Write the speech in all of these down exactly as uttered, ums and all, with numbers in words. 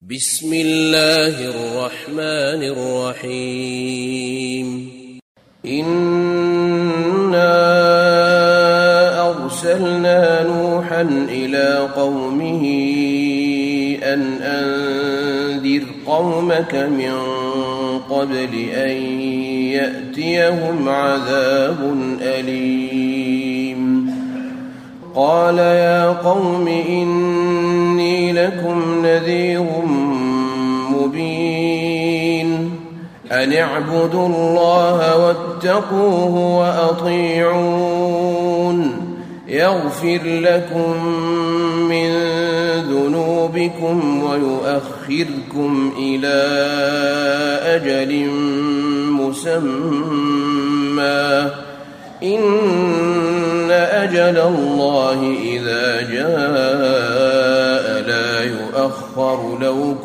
بسم الله الرحمن الرحيم إنا أرسلنا نوحا إلى قومه أن أنذر قومك من قبل أن يأتيهم عذاب أليم قال يا قوم إني لكم نذير مبين أن اعبدوا الله واتقوه وأطيعون يغفر لكم من ذنوبكم ويؤخركم إلى أجل مسمى إن أجل الله إذا جاء لا يؤخر لو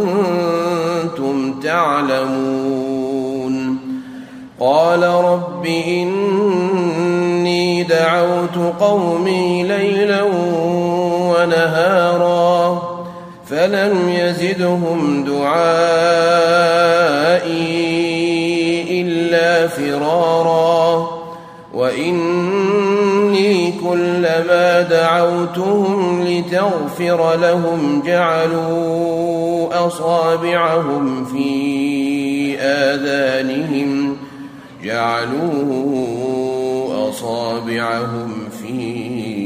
كنتم تعلمون قال رب إني دعوت قومي ليلا ونهارا فلم يزدهم دعائي إلا فرارا وإني كلما دعوتهم لتغفر لهم جعلوا أصابعهم في آذانهم جعلوا أصابعهم في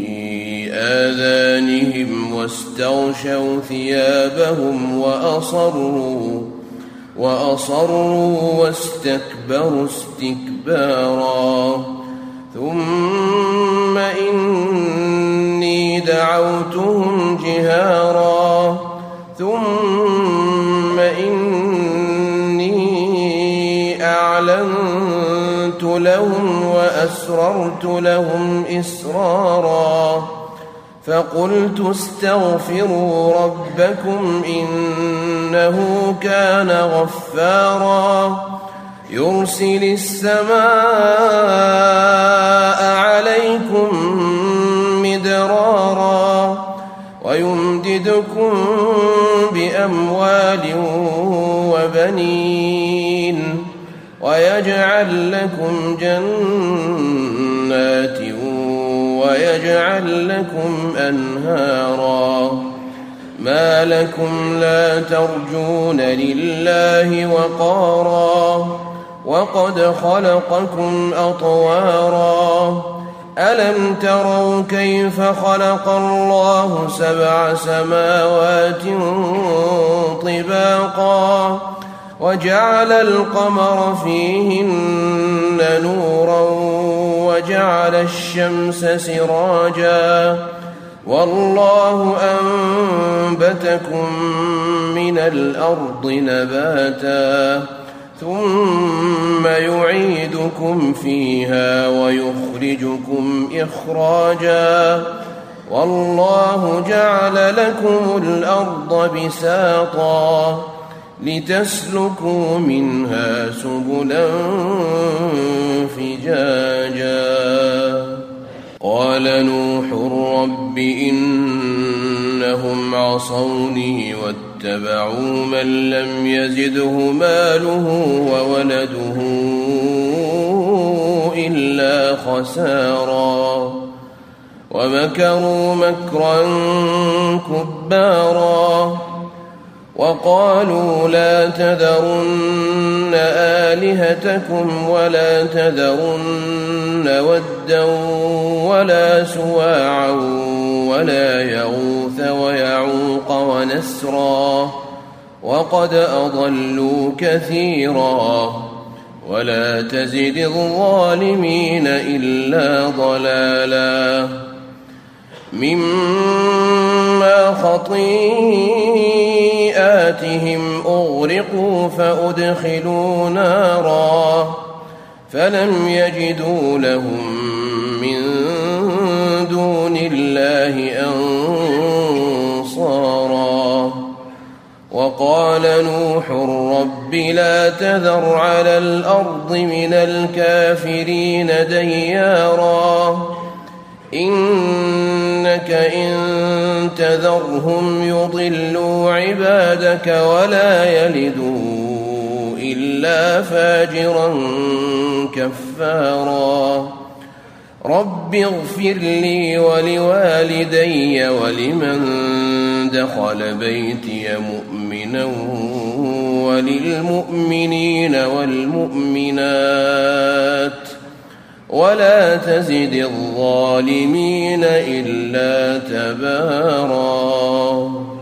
آذانهم واستغشوا ثيابهم وأصروا وأصروا واستكبروا استكبارا ثم إني دعوتهم جهارا ثم إني أعلنت لهم وأسررت لهم إسرارا فقلت استغفروا ربكم إنه كان غفارا يرسل السماء عليكم مدرارا ويمددكم بأموال وبنين ويجعل لكم جنات ويجعل لكم أنهارا ما لكم لا ترجون لله وقارا وقد خلقكم أطوارا ألم تروا كيف خلق الله سبع سماوات طباقا وجعل القمر فيهن نورا وجعل الشمس سراجا والله أنبتكم من الأرض نباتا ثم يعيدكم فيها ويخرجكم إخراجا والله جعل لكم الأرض بساطا لتسلكوا منها سبلا فجاجا قال نوح رب إنهم عصوني واتبعوا من لم يزده ماله وولده إلا خسارا ومكروا مكرا كبارا وقالوا لا تذرن آلهتكم ولا تذرن ودا ولا سواعا ولا يغوث ويعوق ونسرا وقد أضلوا كثيرا ولا تزد الظالمين إلا ضلالا مما خطيئاتهم أغرقوا فأدخلوا نارا فلم يجدوا لهم من دون الله أنصارا وقال نوح رب لا تذر على الأرض من الكافرين ديارا إنك إن تذرهم يضلوا عبادك ولا يلدوا إلا فاجرا كفارا رب اغفر لي ولوالدي ولمن دخل بيتي مؤمنا وللمؤمنين والمؤمنات ولا تزد الظالمين إلا تباراً.